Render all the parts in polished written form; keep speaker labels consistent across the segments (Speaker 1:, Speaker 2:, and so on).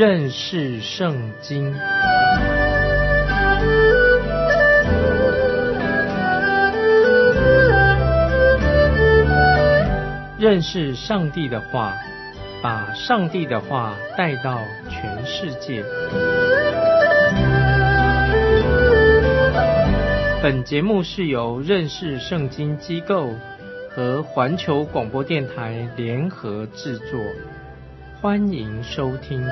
Speaker 1: 认识圣经。认识上帝的话，把上帝的话带到全世界。本节目是由认识圣经机构和环球广播电台联合制作，欢迎收听。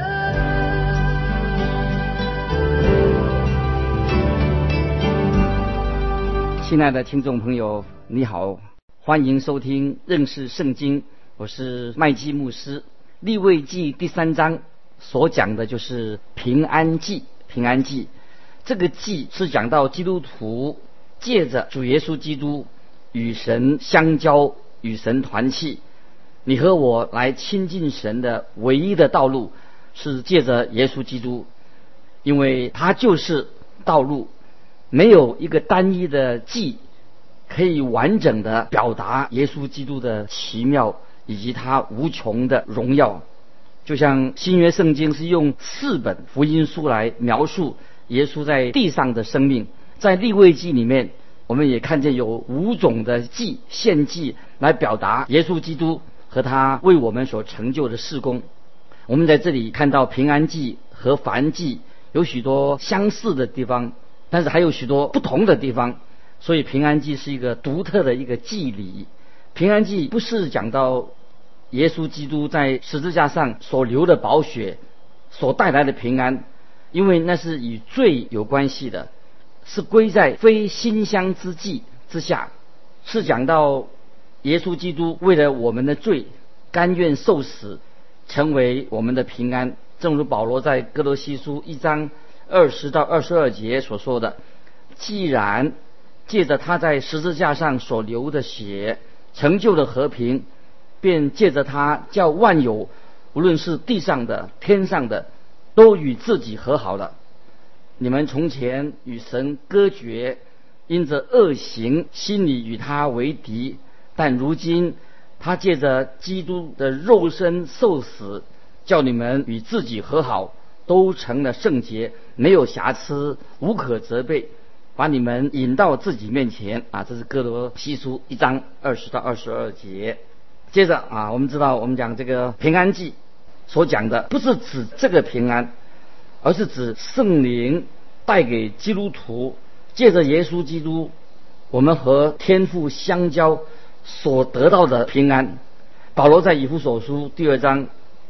Speaker 2: 亲爱的听众朋友，你好，欢迎收听认识圣经，我是麦基牧师。利未记第3章所讲的就是平安祭。平安祭这个祭是讲到基督徒借着主耶稣基督与神相交，与神团契。你和我来亲近神的唯一的道路是借着耶稣基督，因为他就是道路。没有一个单一的祭可以完整的表达耶稣基督的奇妙以及他无穷的荣耀。就像新约圣经是用4本福音书来描述耶稣在地上的生命，在利未记里面我们也看见有5种的祭献祭来表达耶稣基督和他为我们所成就的事工。我们在这里看到平安祭和燔祭有许多相似的地方，但是还有许多不同的地方，所以平安祭是一个独特的一个祭礼。平安祭不是讲到耶稣基督在十字架上所流的宝血所带来的平安，因为那是与罪有关系的，是归在非馨香之祭之下，是讲到耶稣基督为了我们的罪甘愿受死，成为我们的平安。正如保罗在哥罗西书1章20到22节所说的，既然借着他在十字架上所流的血成就了和平，便借着他叫万有，无论是地上的天上的，都与自己和好了。你们从前与神隔绝，因着恶行心里与他为敌，但如今他借着基督的肉身受死，叫你们与自己和好，都成了圣洁，没有瑕疵，无可责备，把你们引到自己面前。这是哥罗西书1章20到22节。接着我们知道，我们讲这个平安祭所讲的不是指这个平安，而是指圣灵带给基督徒借着耶稣基督我们和天父相交所得到的平安。保罗在以弗所书第2章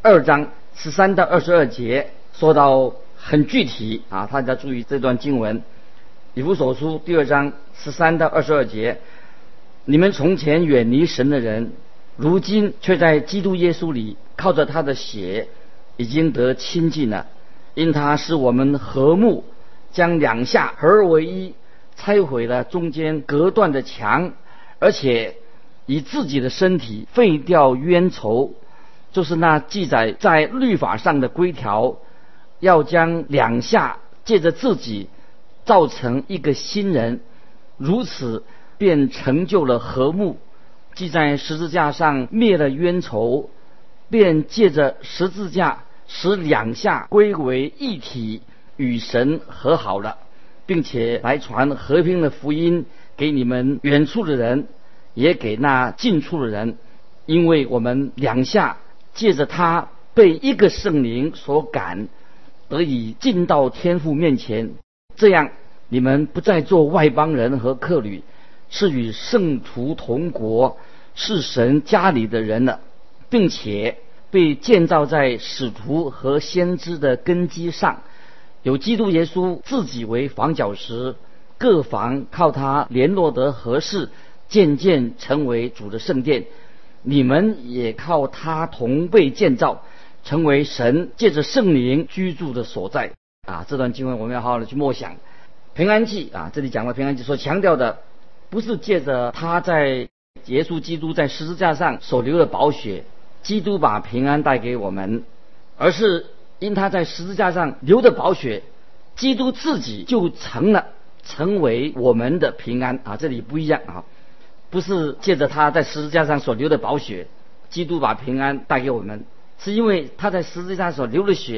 Speaker 2: 13到22节说到很具体大家注意这段经文。以弗所书第2章13到22节，你们从前远离神的人，如今却在基督耶稣里靠着他的血已经得亲近了，因他使我们和睦，将两下合而为一，拆毁了中间隔断的墙，而且以自己的身体废掉冤仇，就是那记载在律法上的规条，要将两下借着自己造成一个新人，如此便成就了和睦。既在十字架上灭了冤仇，便借着十字架使两下归为一体，与神和好了，并且来传和平的福音给你们远处的人，也给那近处的人。因为我们两下借着他被一个圣灵所感，得以进到天父面前，这样你们不再做外邦人和客旅，是与圣徒同国，是神家里的人了，并且被建造在使徒和先知的根基上，有基督耶稣自己为房角石，各房靠他联络得合适，渐渐成为主的圣殿。你们也靠他同被建造，成为神借着圣灵居住的所在。这段经文我们要好好的去默想。平安祭这里讲到平安祭所强调的，不是借着他在耶稣基督在十字架上所流的宝血，基督把平安带给我们，而是因他在十字架上流的宝血，基督自己就成为我们的平安这里不一样不是借着他在十字架上所流的宝血，基督把平安带给我们，是因为他在十字架上所流的血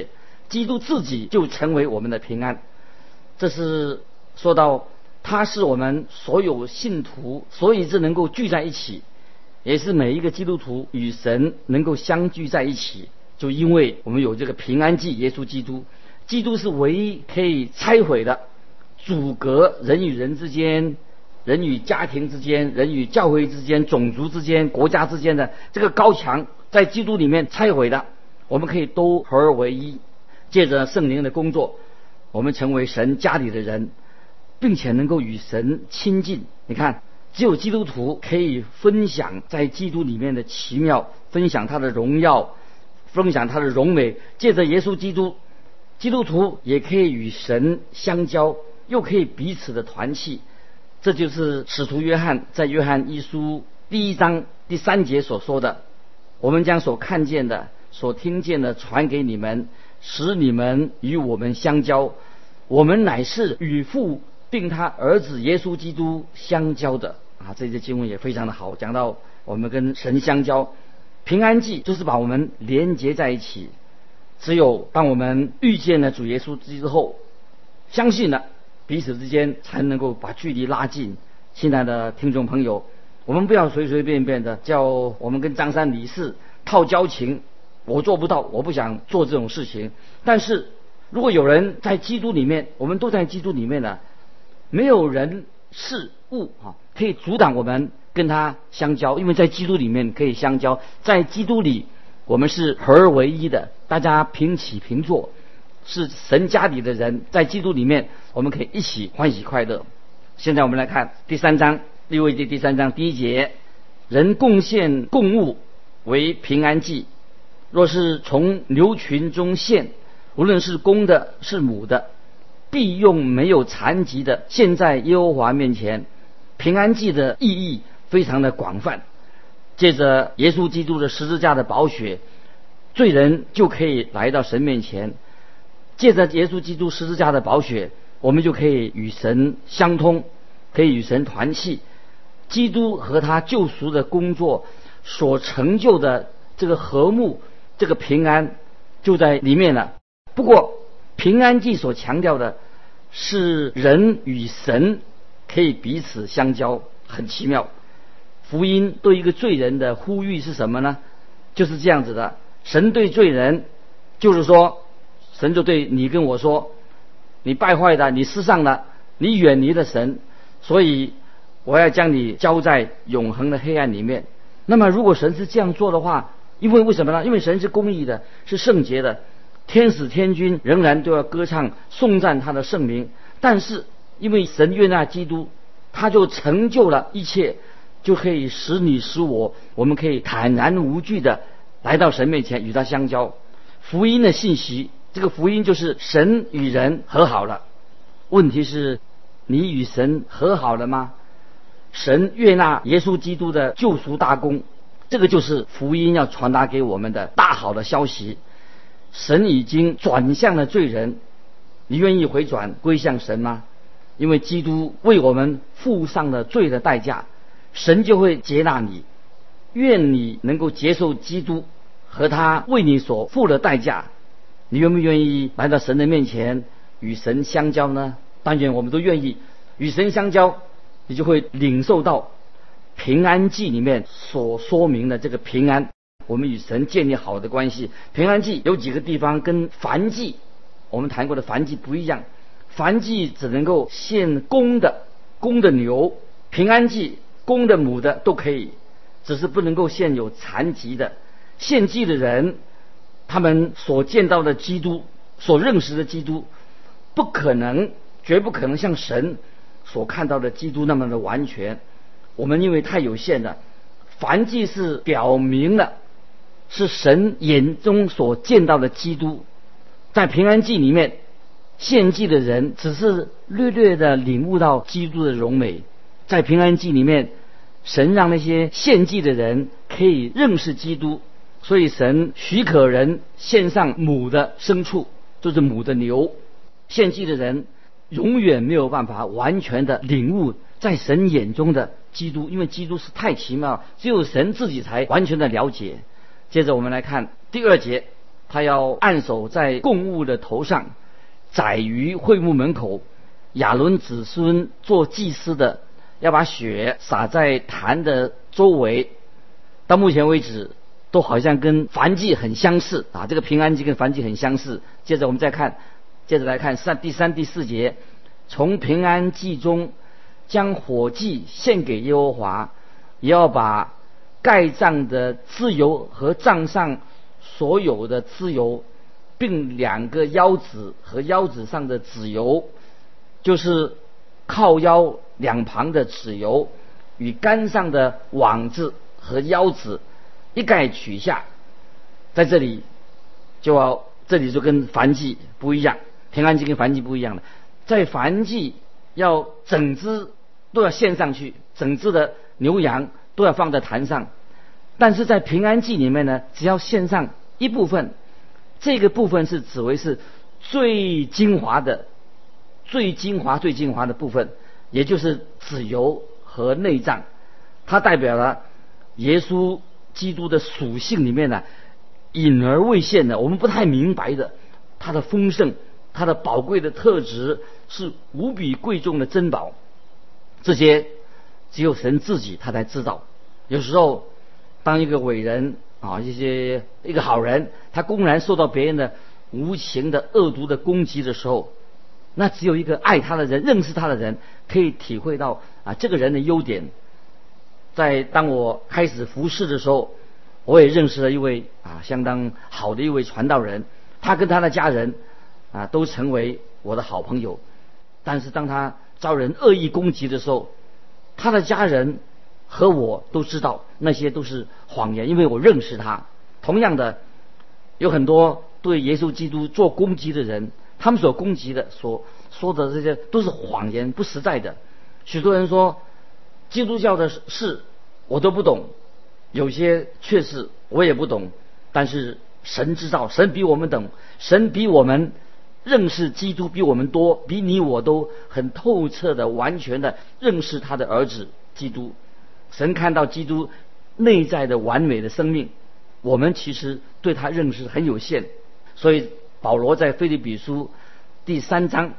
Speaker 2: 基督自己就成为我们的平安。这是说到他是我们所有信徒所以是能够聚在一起，也是每一个基督徒与神能够相聚在一起，就因为我们有这个平安祭耶稣基督。基督是唯一可以拆毁的阻隔人与人之间、人与家庭之间、人与教会之间、种族之间、国家之间的这个高墙，在基督里面拆毁的，我们可以都合而为一。借着圣灵的工作，我们成为神家里的人，并且能够与神亲近。你看，只有基督徒可以分享在基督里面的奇妙，分享他的荣耀，分享他的荣美。借着耶稣基督，基督徒也可以与神相交，又可以彼此的团契。这就是使徒约翰在约翰一书1章第3节所说的：我们将所看见的、所听见的传给你们，使你们与我们相交。我们乃是与父并他儿子耶稣基督相交的。这些经文也非常的好，讲到我们跟神相交。平安祭就是把我们连结在一起。只有当我们遇见了主耶稣之后，相信了，彼此之间才能够把距离拉近。亲爱的听众朋友，我们不要随随便便的叫我们跟张三李四套交情，我做不到，我不想做这种事情。但是如果有人在基督里面，我们都在基督里面了，没有人事物可以阻挡我们跟他相交，因为在基督里面可以相交，在基督里我们是合而为一的，大家平起平坐，是神家里的人，在基督里面我们可以一起欢喜快乐。现在我们来看第3章，利未记第3章第1节：人贡献供物为平安祭，若是从牛群中献，无论是公的是母的，必用没有残疾的献在耶和华面前。平安祭的意义非常的广泛，借着耶稣基督的十字架的宝血，罪人就可以来到神面前。借着耶稣基督十字架的宝血，我们就可以与神相通，可以与神团契。基督和他救赎的工作所成就的这个和睦、这个平安就在里面了。不过平安祭所强调的是人与神可以彼此相交，很奇妙。福音对一个罪人的呼吁是什么呢？就是这样子的，神对罪人，就是说神就对你跟我说，你败坏的，你失丧了，你远离了神，所以我要将你交在永恒的黑暗里面。那么如果神是这样做的话，为什么呢？因为神是公义的，是圣洁的，天使天君仍然都要歌唱颂赞他的圣名。但是因为神悦纳基督，他就成就了一切，就可以使你使我，我们可以坦然无惧的来到神面前与他相交。福音的信息，这个福音就是神与人和好了。问题是你与神和好了吗？神悦纳耶稣基督的救赎大功，这个就是福音要传达给我们的大好的消息。神已经转向了罪人，你愿意回转归向神吗？因为基督为我们付上了罪的代价，神就会接纳你。愿你能够接受基督和他为你所付的代价。你愿不愿意来到神的面前与神相交呢？当然我们都愿意与神相交，你就会领受到平安祭里面所说明的这个平安，我们与神建立好的关系。平安祭有几个地方跟燔祭我们谈过的燔祭不一样，燔祭只能够献公的牛，平安祭公的母的都可以，只是不能够献有残疾的。献祭的人，他们所见到的基督，所认识的基督，绝不可能像神所看到的基督那么的完全。我们因为太有限了，燔祭是表明了是神眼中所见到的基督。在平安祭里面，献祭的人只是略略的领悟到基督的荣美。在平安祭里面，神让那些献祭的人可以认识基督，所以神许可人献上母的牲畜，就是母的牛。献祭的人永远没有办法完全的领悟在神眼中的基督，因为基督是太奇妙，只有神自己才完全的了解。接着我们来看第2节， 他要按手在供物的头上，宰于会幕门口。亚伦子孙做祭司的，要把血洒在坛的周围。到目前为止，都好像跟燔祭很相似啊！这个平安祭跟燔祭很相似。接着来看第三、第四节，从平安祭中将火祭献给耶和华，也要把盖帐的脂油和帐上所有的脂油，并2个腰子和腰子上的脂油，就是靠腰两旁的脂油，与杆上的网子和腰子一概取下。在这里就跟燔祭不一样，平安祭跟燔祭不一样的。在燔祭要整只都要献上去，整只的牛羊都要放在坛上，但是在平安祭里面呢，只要献上一部分，这个部分是指为是最精华的部分，也就是脂油和内脏。它代表了耶稣基督的属性里面呢，隐而未现的，我们不太明白的，它的丰盛，它的宝贵的特质，是无比贵重的珍宝。这些只有神自己他才知道。有时候当一个伟人一个好人，他公然受到别人的无情的恶毒的攻击的时候，那只有一个爱他的人，认识他的人可以体会到这个人的优点。当我开始服侍的时候，我也认识了一位相当好的一位传道人，他跟他的家人都成为我的好朋友。但是当他遭人恶意攻击的时候，他的家人和我都知道那些都是谎言，因为我认识他。同样的，有很多对耶稣基督做攻击的人，他们所攻击的所说的这些都是谎言，不实在的。许多人说基督教的事我都不懂，有些确实我也不懂，但是神知道，神比我们懂，神比我们认识基督比我们多，比你我都很透彻的完全的认识他的儿子基督。神看到基督内在的完美的生命，我们其实对他认识很有限。所以保罗在腓立比书第三章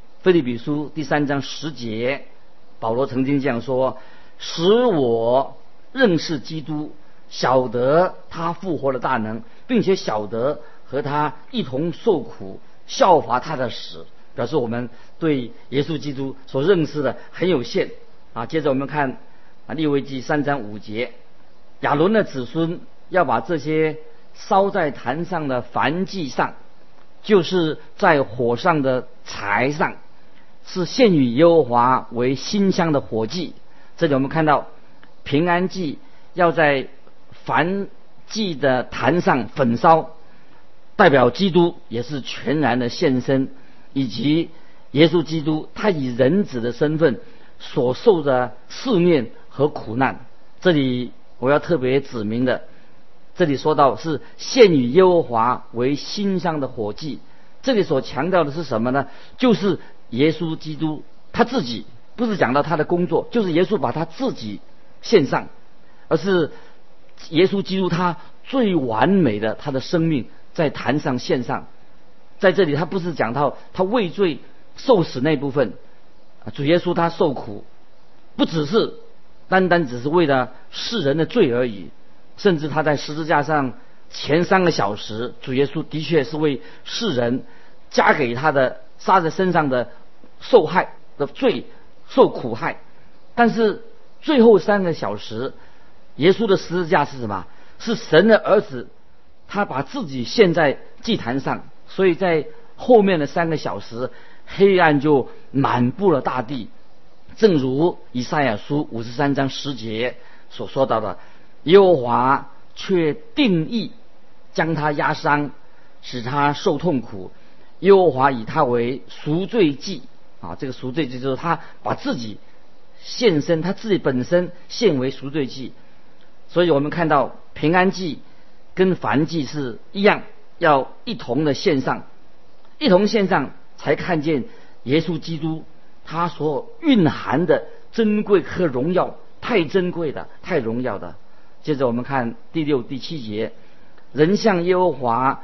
Speaker 2: 10节，保罗曾经这样说，使我认识基督，晓得他复活的大能，并且晓得和他一同受苦，效法他的死。表示我们对耶稣基督所认识的很有限。接着我们看利未记3章5节，亚伦的子孙要把这些烧在坛上的燔祭上，就是在火上的柴上，是献与耶和华为馨香的火祭。这里我们看到平安祭要在燔祭的坛上焚烧，代表基督也是全然的献身，以及耶稣基督他以人子的身份所受的试炼和苦难。这里我要特别指明的，这里说到是献与耶和华为馨香的火祭，这里所强调的是什么呢？就是耶稣基督他自己，不是讲到他的工作，就是耶稣把他自己献上，而是耶稣基督他最完美的他的生命在坛上献上。在这里他不是讲到他为罪受死那部分，主耶稣他受苦不只是单单只是为了世人的罪而已，甚至他在十字架上前3个小时，主耶稣的确是为世人加给他的杀在身上的受害的罪受苦害。但是最后3个小时，耶稣的十字架是什么？是神的儿子他把自己献在祭坛上，所以在后面的3个小时，黑暗就满布了大地。正如以赛亚书53章10节所说到的，耶和华却定义将他压伤，使他受痛苦。耶和华以他为赎罪祭这个赎罪祭就是他把自己献身，他自己本身献为赎罪祭。所以我们看到平安祭跟燔祭是一样，要一同的献上，一同献上才看见耶稣基督他所蕴含的珍贵和荣耀，太珍贵的，太荣耀的。接着我们看第6、第7节，人向耶和华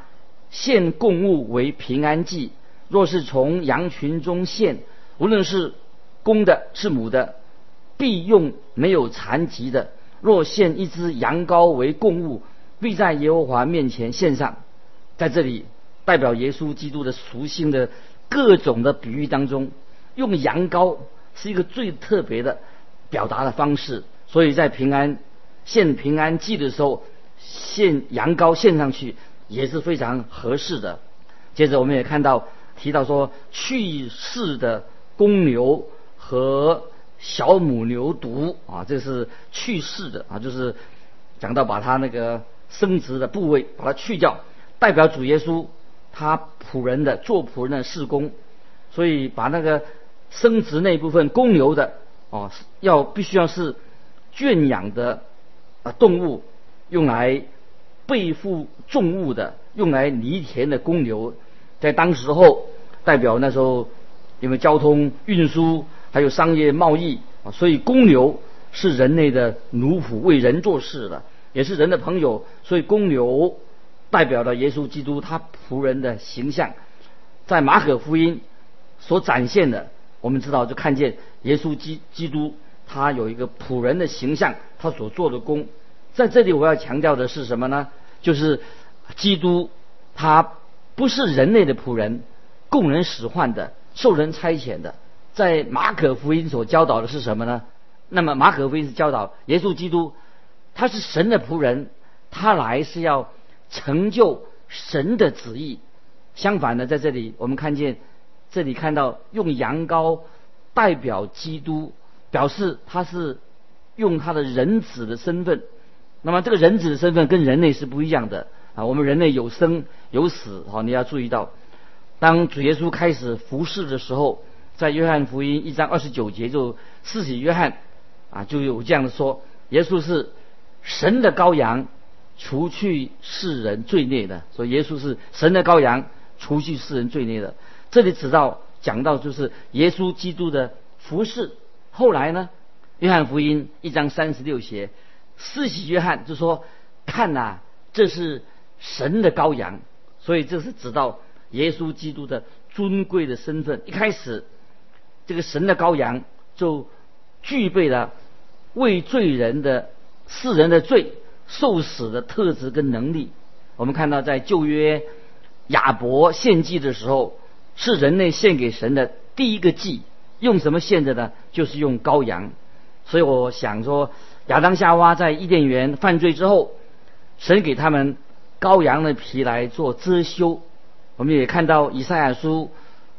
Speaker 2: 献供物为平安祭，若是从羊群中献，无论是公的是母的，必用没有残疾的。若献一只羊羔为供物，必在耶和华面前献上。在这里代表耶稣基督的属性的各种的比喻当中，用羊羔是一个最特别的表达的方式，所以在献平安祭的时候，献羊羔献上去也是非常合适的。接着我们也提到说，去世的公牛和小母牛犊啊，这是去世的啊，就是讲到把它那个生殖的部位把它去掉，代表主耶稣他做仆人的事工，所以把那个生殖那部分公牛的必须要是圈养的动物，用来背负重物的，用来犁田的公牛，在当时候代表那时候因为交通运输还有商业贸易所以公牛是人类的奴仆，为人做事的，也是人的朋友，所以公牛代表了耶稣基督他仆人的形象。在马可福音所展现的，我们知道就看见耶稣基督他有一个仆人的形象，他所做的工。在这里我要强调的是什么呢？就是基督他不是人类的仆人，供人使唤的，受人差遣的。在马可福音所教导的是什么呢？那么马可福音是教导耶稣基督他是神的仆人，他来是要成就神的旨意。相反的，在这里我们看到用羊羔代表基督，表示他是用他的人子的身份。那么这个人子的身份跟人类是不一样的啊，我们人类有生有死，你要注意到，当主耶稣开始服侍的时候，在约翰福音1章29节就施洗约翰就有这样的说，耶稣是神的羔羊，除去世人罪孽的。所以耶稣是神的羔羊，除去世人罪孽的。这里讲到就是耶稣基督的服侍。后来呢，约翰福音1章36节，施洗约翰就说，看这是神的羔羊。所以这是指到耶稣基督的尊贵的身份。一开始这个神的羔羊就具备了为世人的罪受死的特质跟能力。我们看到在旧约亚伯献祭的时候，是人类献给神的第一个祭，用什么献的呢？就是用羔羊。所以我想说，亚当夏娃在伊甸园犯罪之后，神给他们羔羊的皮来做遮羞。我们也看到以赛亚书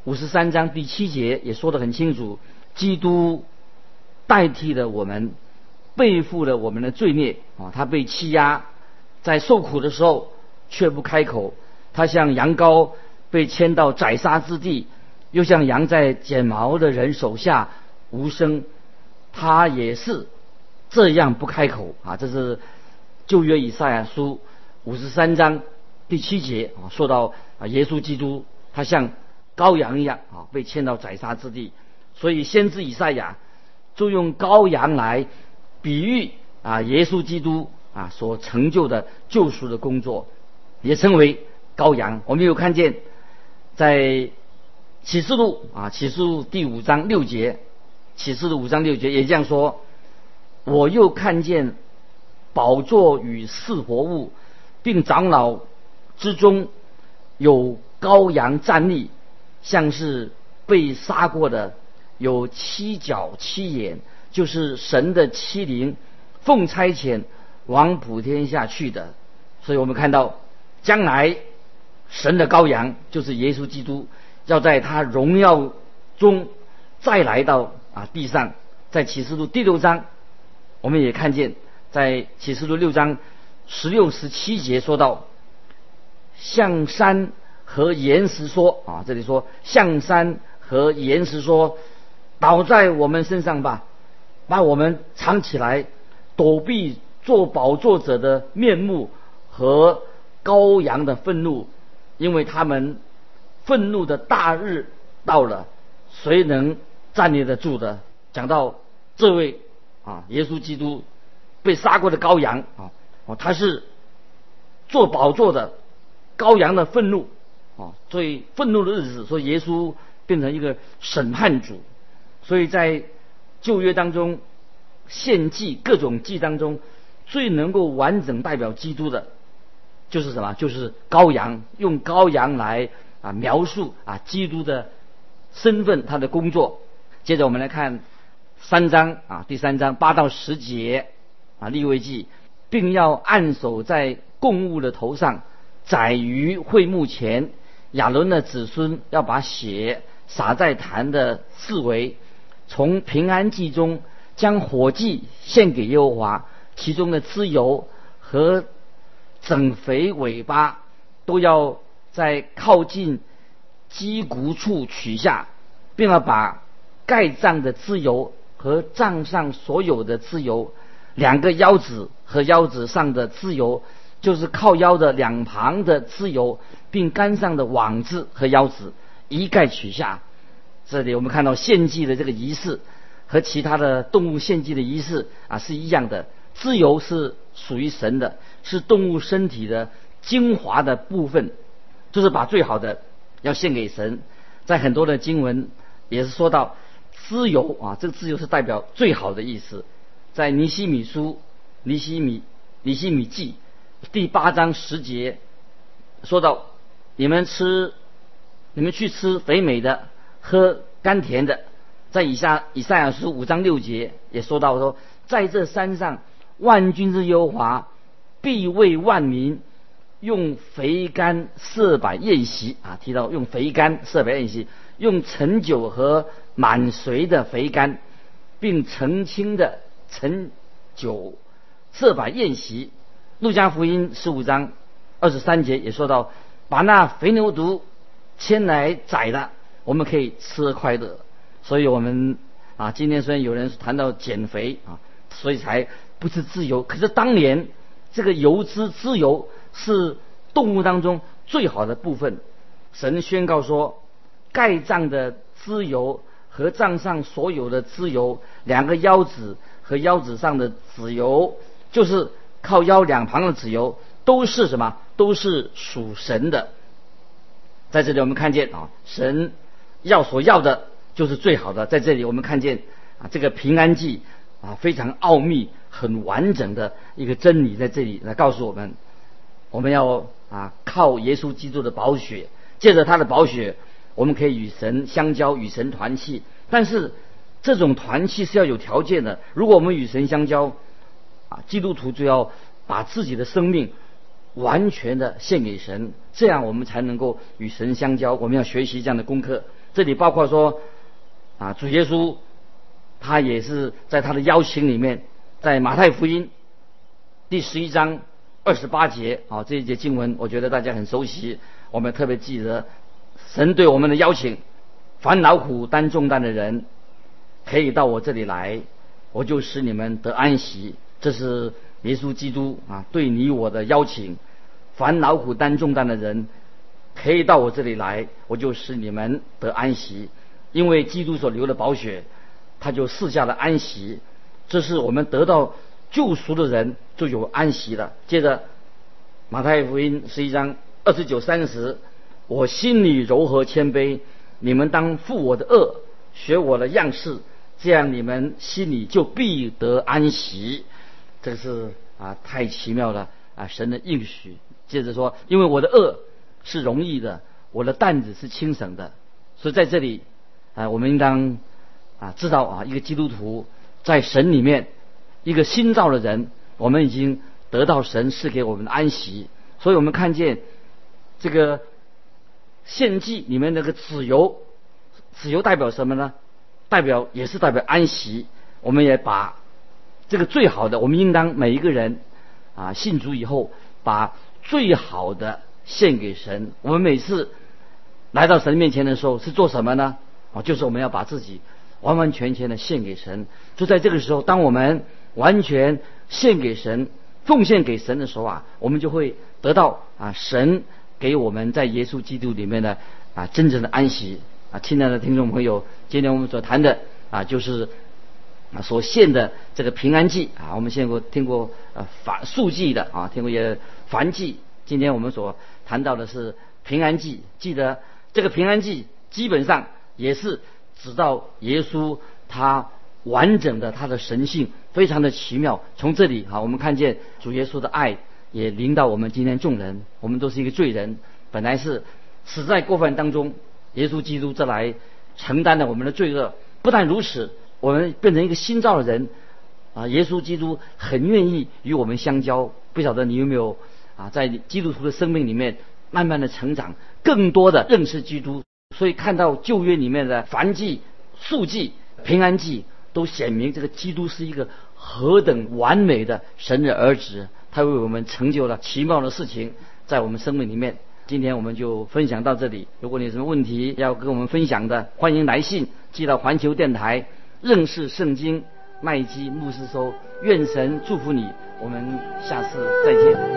Speaker 2: 53章第7节也说得很清楚，基督代替了我们，背负了我们的罪孽他被欺压，在受苦的时候却不开口，他像羊羔被牵到宰杀之地，又像羊在剪毛的人手下无声，他也是这样不开口这是旧约以赛亚书53章第7节说到耶稣基督他像羔羊一样被牵到宰杀之地。所以先知以赛亚就用羔羊来比喻耶稣基督所成就的救赎的工作，也称为羔羊。我们有看见在启示录第5章6节，启示录5章6节也这样说，我又看见宝座与四活物并长老之中有羔羊站立，像是被杀过的，有7角7眼，就是神的7灵，奉差遣往普天下去的。所以我们看到将来神的羔羊就是耶稣基督，要在他荣耀中再来到地上。在启示录第6章我们也看见，在启示录6章16、17节说到，向山和岩石说这里说向山和岩石说，倒在我们身上吧，把我们藏起来，躲避做宝座者的面目和羔羊的愤怒，因为他们愤怒的大日到了，谁能站立得住的？讲到这位耶稣基督被杀过的羔羊他是做宝座的， 羔羊的愤怒最愤怒的日子，所以耶稣变成一个审判主。所以在旧约当中，献祭各种祭当中，最能够完整代表基督的就是什么？就是羔羊，用羔羊来描述基督的身份，他的工作。接着我们来看第3章8到10节利未记，并要按手在供物的头上，宰于会幕前。亚伦的子孙要把血洒在坛的四围，从平安祭中将火祭献给耶和华，其中的脂油和整肥尾巴都要在靠近鸡骨处取下，并要把盖脏的脂油和帐上所有的脂油，2个腰子和腰子上的脂油，就是靠腰的两旁的脂油，并杆上的网子和腰子一概取下。这里我们看到献祭的这个仪式和其他的动物献祭的仪式是一样的。脂油是属于神的，是动物身体的精华的部分，就是把最好的要献给神。在很多的经文也是说到脂油这个脂油是代表最好的意思。在尼希米记第8章10节说到，你们去吃肥美的，喝甘甜的。在以赛亚书5章6节也说到说，在这山上万军之耶和华必为万民用肥甘设摆宴席提到用肥甘设摆宴席，用陈酒和满髓的肥甘，并澄清的陈酒设摆宴席。路加福音15章23节也说到，把那肥牛犊牵来宰的，我们可以吃快乐。所以我们今天虽然有人谈到减肥所以才不吃脂油，可是当年这个脂油是动物当中最好的部分。神宣告说，盖脏的脂油和帐上所有的脂油，2个腰子和腰子上的脂油，就是靠腰两旁的脂油，都是什么？都是属神的。在这里我们看见神所要的就是最好的。在这里我们看见这个平安祭非常奥秘很完整的一个真理，在这里来告诉我们，我们要靠耶稣基督的宝血，借着他的宝血，我们可以与神相交，与神团契。但是这种团契是要有条件的。如果我们与神相交基督徒就要把自己的生命完全的献给神，这样我们才能够与神相交。我们要学习这样的功课。这里包括说主耶稣他也是在他的邀请里面，在马太福音第11章28节这一节经文，我觉得大家很熟悉，我们特别记得神对我们的邀请，凡劳苦担重担的人可以到我这里来，我就使你们得安息。这是耶稣基督对你我的邀请，凡劳苦担重担的人可以到我这里来，我就使你们得安息。因为基督所流的宝血，他就赐下了安息，这是我们得到救赎的人就有安息了。接着马太福音11章29、30，我心里柔和谦卑，你们当负我的恶，学我的样式，这样你们心里就必得安息。这是太奇妙了神的应许。接着说，因为我的恶是容易的，我的担子是轻省的。所以在这里我们应当知道一个基督徒在神里面，一个新造的人，我们已经得到神赐给我们的安息。所以我们看见这个献祭里面那个脂油代表什么呢？也是代表安息。我们也把这个最好的，我们应当每一个人信主以后，把最好的献给神。我们每次来到神面前的时候是做什么呢？就是我们要把自己完完全全的献给神。就在这个时候，当我们完全献给神、奉献给神的时候我们就会得到神给我们在耶稣基督里面的真正的安息。亲爱的听众朋友，今天我们所谈的就是所献的这个平安祭我们听过素祭的听过也燔祭、 今天我们所谈到的是平安祭，记得这个平安祭基本上也是指到耶稣他完整的他的神性，非常的奇妙。从这里我们看见主耶稣的爱也临到我们今天众人。我们都是一个罪人，本来是死在过犯当中，耶稣基督这来承担了我们的罪恶。不但如此，我们变成一个新造的人耶稣基督很愿意与我们相交。不晓得你有没有在基督徒的生命里面慢慢的成长，更多的认识基督。所以看到旧约里面的燔祭、素祭、平安祭，都显明这个基督是一个何等完美的神的儿子，他为我们成就了奇妙的事情在我们生命里面。今天我们就分享到这里，如果你有什么问题要跟我们分享的，欢迎来信寄到环球电台认识圣经麦基牧师收。愿神祝福你，我们下次再见。